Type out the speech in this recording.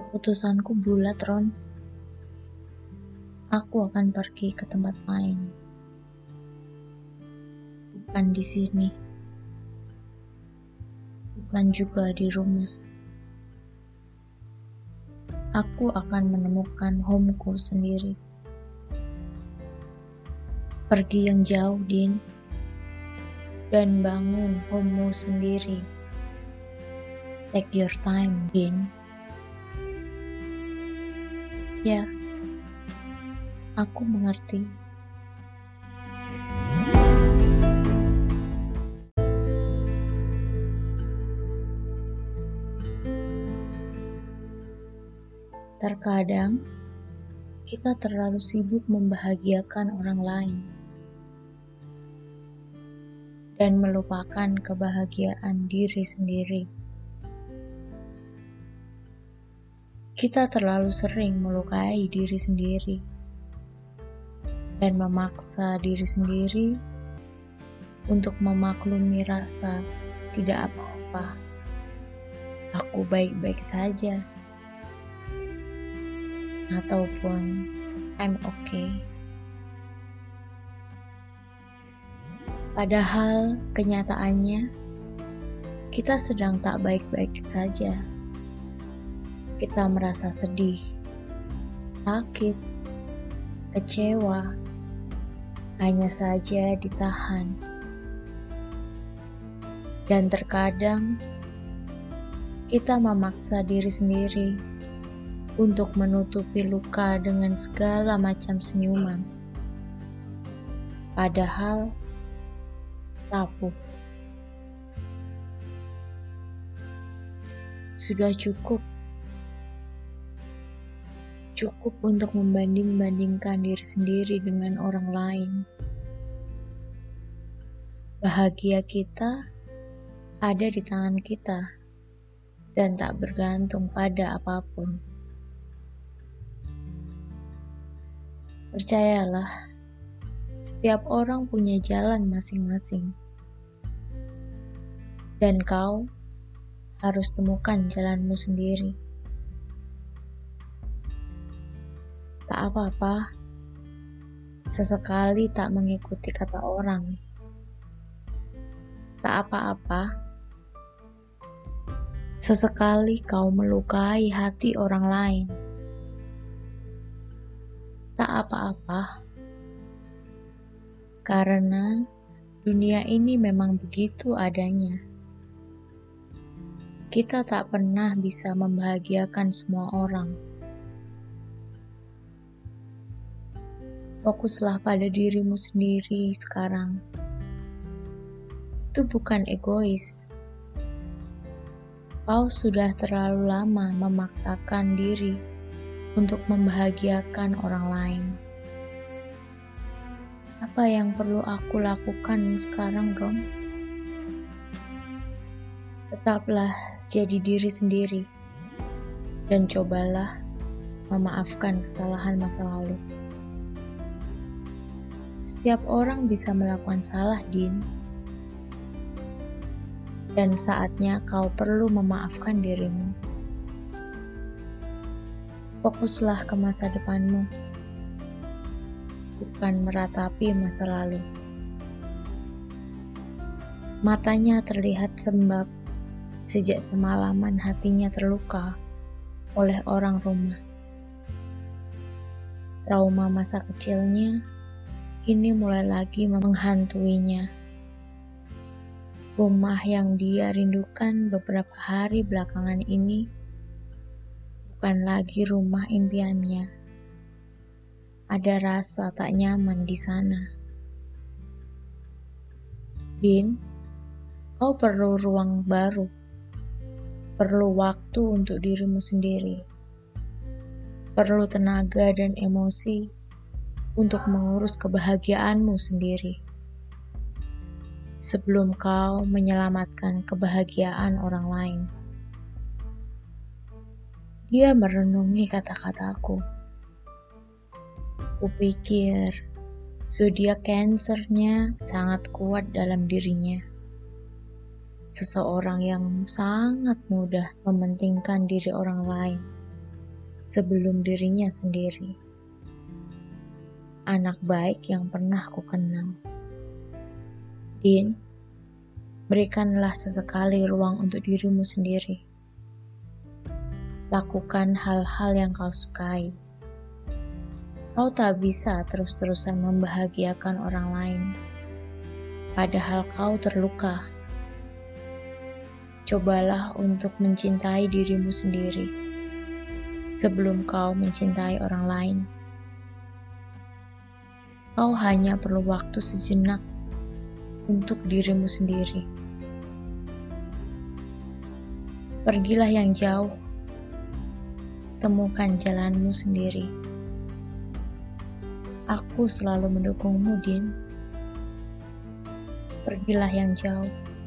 Keputusanku bulat, Ron. Aku akan pergi ke tempat lain. Bukan di sini. Bukan juga di rumah. Aku akan menemukan homeku sendiri. Pergi yang jauh, Din. Dan bangun homemu sendiri. Take your time, Din. Ya, aku mengerti. Terkadang, kita terlalu sibuk membahagiakan orang lain dan melupakan kebahagiaan diri sendiri. Kita terlalu sering melukai diri sendiri dan memaksa diri sendiri untuk memaklumi rasa tidak apa-apa. Aku baik-baik saja. Ataupun I'm okay. Padahal kenyataannya kita sedang tak baik-baik saja. Kita merasa sedih, sakit, kecewa, hanya saja ditahan. Dan terkadang kita memaksa diri sendiri untuk menutupi luka dengan segala macam senyuman. Padahal rapuh. Sudah cukup untuk membanding-bandingkan diri sendiri dengan orang lain. Bahagia kita ada di tangan kita dan tak bergantung pada apapun. Percayalah, setiap orang punya jalan masing-masing. Dan kau harus temukan jalanmu sendiri. Tak apa-apa, sesekali tak mengikuti kata orang. Tak apa-apa, sesekali kau melukai hati orang lain. Tak apa-apa, karena dunia ini memang begitu adanya. Kita tak pernah bisa membahagiakan semua orang. Fokuslah pada dirimu sendiri sekarang. Itu bukan egois. Kau sudah terlalu lama memaksakan diri untuk membahagiakan orang lain. Apa yang perlu aku lakukan sekarang, Rom? Tetaplah jadi diri sendiri dan cobalah memaafkan kesalahan masa lalu. Setiap orang bisa melakukan salah, Din. Dan saatnya kau perlu memaafkan dirimu. Fokuslah ke masa depanmu, bukan meratapi masa lalu. Matanya terlihat sembab sejak semalaman hatinya terluka oleh orang rumah. Trauma masa kecilnya kini mulai lagi menghantuinya. Rumah yang dia rindukan beberapa hari belakangan ini bukan lagi rumah impiannya. Ada rasa tak nyaman di sana. Din, kau perlu ruang baru. Perlu waktu untuk dirimu sendiri. Perlu tenaga dan emosi untuk mengurus kebahagiaanmu sendiri. Sebelum kau menyelamatkan kebahagiaan orang lain. Dia merenungi kata-kataku. Kupikir zodiak Cancer-nya sangat kuat dalam dirinya. Seseorang yang sangat mudah mementingkan diri orang lain. sebelum dirinya sendiri. Anak baik yang pernah ku kenal. Din, berikanlah sesekali ruang untuk dirimu sendiri. Lakukan hal-hal yang kau sukai. Kau tak bisa terus-terusan membahagiakan orang lain, padahal kau terluka. Cobalah untuk mencintai dirimu sendiri sebelum kau mencintai orang lain. Kau hanya perlu waktu sejenak untuk dirimu sendiri. Pergilah yang jauh, temukan jalanmu sendiri. Aku selalu mendukungmu, Din. Pergilah yang jauh.